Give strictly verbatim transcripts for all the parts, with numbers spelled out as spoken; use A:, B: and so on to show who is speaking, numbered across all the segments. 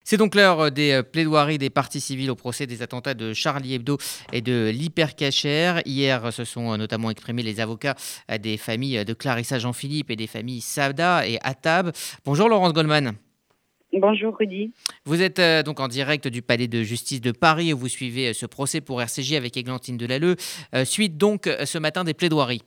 A: C'est donc l'heure des plaidoiries des parties civiles au procès des attentats de Charlie Hebdo et de l'Hyper Cacher. Hier, se sont notamment exprimés les avocats des familles de Clarissa Jean-Philippe et des familles Sada et Attab. Bonjour Laurence Goldman.
B: Bonjour Rudy.
A: Vous êtes euh, donc en direct du palais de justice de Paris où vous suivez euh, ce procès pour R C J avec Églantine Delalleux. Euh, suite donc euh, ce matin des plaidoiries.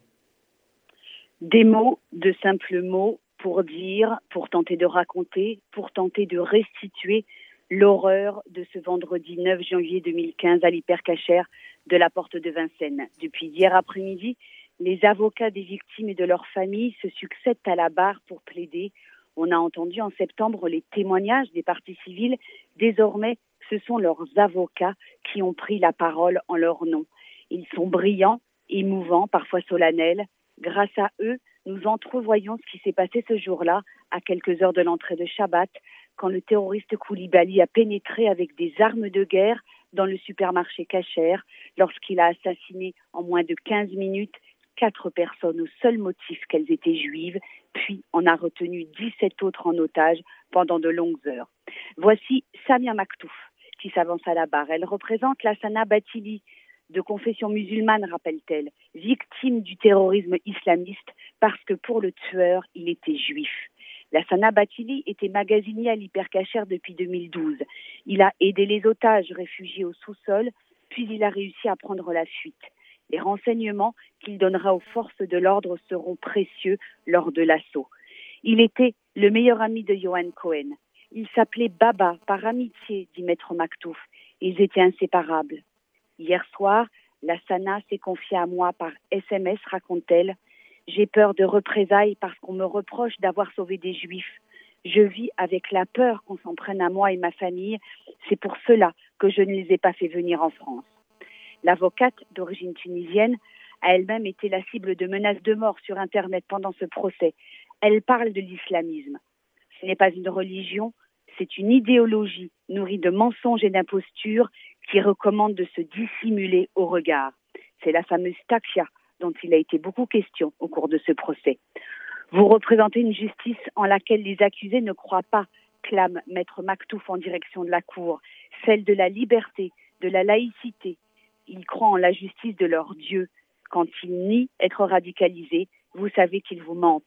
B: Des mots, de simples mots pour dire, pour tenter de raconter, pour tenter de restituer l'horreur de ce vendredi neuf janvier deux mille quinze à l'Hyper Cacher de la porte de Vincennes. Depuis hier après-midi, les avocats des victimes et de leurs familles se succèdent à la barre pour plaider. On a entendu en septembre les témoignages des parties civiles. Désormais, ce sont leurs avocats qui ont pris la parole en leur nom. Ils sont brillants, émouvants, parfois solennels. Grâce à eux, nous entrevoyons ce qui s'est passé ce jour-là, à quelques heures de l'entrée de Shabbat, quand le terroriste Koulibaly a pénétré avec des armes de guerre dans le supermarché Cacher, lorsqu'il a assassiné en moins de quinze minutes quatre personnes au seul motif qu'elles étaient juives, puis en a retenu dix-sept autres en otage pendant de longues heures. Voici Samia Maktouf qui s'avance à la barre. Elle représente Lassana Bathily, de confession musulmane, rappelle-t-elle, victime du terrorisme islamiste parce que pour le tueur, il était juif. Lassana Bathily était magasinier à l'Hyper Cacher depuis deux mille douze. Il a aidé les otages réfugiés au sous-sol, puis il a réussi à prendre la fuite. Les renseignements qu'il donnera aux forces de l'ordre seront précieux lors de l'assaut. Il était le meilleur ami de Yohan Cohen. Il s'appelait Baba par amitié, dit Maître Maktouf. Ils étaient inséparables. Hier soir, Lassana s'est confiée à moi par S M S, raconte-t-elle. J'ai peur de représailles parce qu'on me reproche d'avoir sauvé des juifs. Je vis avec la peur qu'on s'en prenne à moi et ma famille. C'est pour cela que je ne les ai pas fait venir en France. L'avocate d'origine tunisienne a elle-même été la cible de menaces de mort sur Internet pendant ce procès. Elle parle de l'islamisme. Ce n'est pas une religion, c'est une idéologie nourrie de mensonges et d'impostures qui recommande de se dissimuler au regard. C'est la fameuse taqia dont il a été beaucoup question au cours de ce procès. Vous représentez une justice en laquelle les accusés ne croient pas, clame Maître Maktouf en direction de la cour, celle de la liberté, de la laïcité. Ils croient en la justice de leur Dieu. Quand ils nient être radicalisés, vous savez qu'ils vous mentent.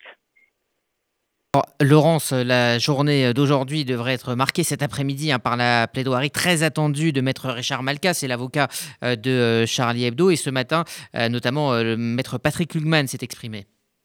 A: Alors, Laurence, la journée d'aujourd'hui devrait être marquée cet après-midi hein, par la plaidoirie très attendue de Maître Richard Malka, c'est l'avocat euh, de euh, Charlie Hebdo. Et ce matin, euh, notamment, euh, le Maître Patrick Lugman s'est exprimé.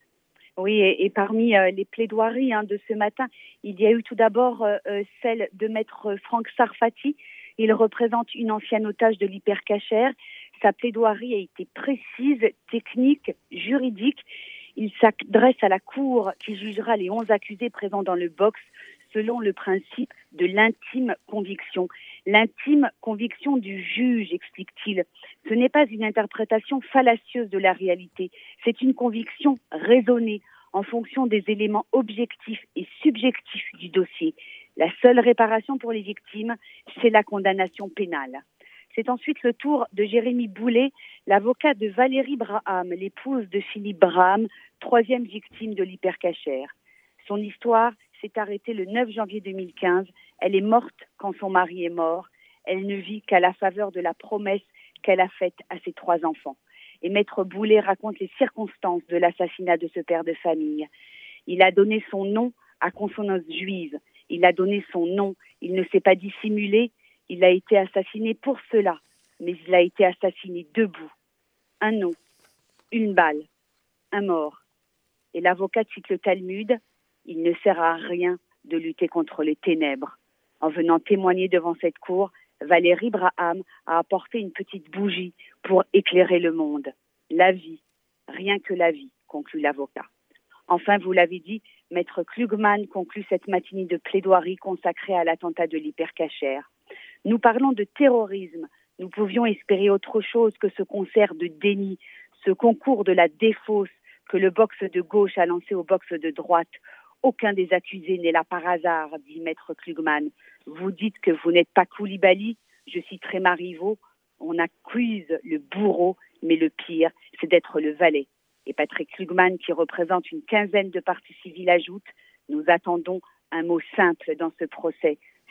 B: Oui, et, et parmi euh, les plaidoiries hein, de ce matin, il y a eu tout d'abord euh, celle de Maître Franck Sarfati. Il représente une ancienne otage de l'Hyper Cacher. Sa plaidoirie a été précise, technique, juridique. Il s'adresse à la cour qui jugera les onze accusés présents dans le box selon le principe de l'intime conviction. L'intime conviction du juge, explique-t-il, ce n'est pas une interprétation fallacieuse de la réalité. C'est une conviction raisonnée en fonction des éléments objectifs et subjectifs du dossier. La seule réparation pour les victimes, c'est la condamnation pénale. C'est ensuite le tour de Jérémy Boulet, l'avocat de Valérie Braham, l'épouse de Philippe Braham, troisième victime de l'Hyper Cacher. Son histoire s'est arrêtée le neuf janvier deux mille quinze. Elle est morte quand son mari est mort. Elle ne vit qu'à la faveur de la promesse qu'elle a faite à ses trois enfants. Et Maître Boulet raconte les circonstances de l'assassinat de ce père de famille. Il a donné son nom à consonance juive. Il a donné son nom. Il ne s'est pas dissimulé. Il a été assassiné pour cela, mais il a été assassiné debout. Un nom, une balle, un mort. Et l'avocat cite le Talmud, il ne sert à rien de lutter contre les ténèbres. En venant témoigner devant cette cour, Valérie Braham a apporté une petite bougie pour éclairer le monde. La vie, rien que la vie, conclut l'avocat. Enfin, vous l'avez dit, Maître Klugman conclut cette matinée de plaidoirie consacrée à l'attentat de l'Hyper Cacher. Nous parlons de terrorisme. Nous pouvions espérer autre chose que ce concert de déni, ce concours de la défausse que le box de gauche a lancé au box de droite. Aucun des accusés n'est là par hasard, dit Maître Klugman. Vous dites que vous n'êtes pas Koulibaly, je citerai Marivaux. On accuse le bourreau, mais le pire, c'est d'être le valet. Et Patrick Klugman, qui représente une quinzaine de parties civiles, ajoute « Nous attendons un mot simple dans ce procès,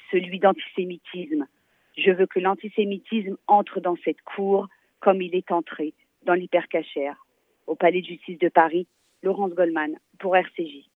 B: celui d'antisémitisme. Je veux que l'antisémitisme entre dans cette cour comme il est entré dans l'hypercachère. Au Palais de justice de Paris, Laurence Goldman pour R C J.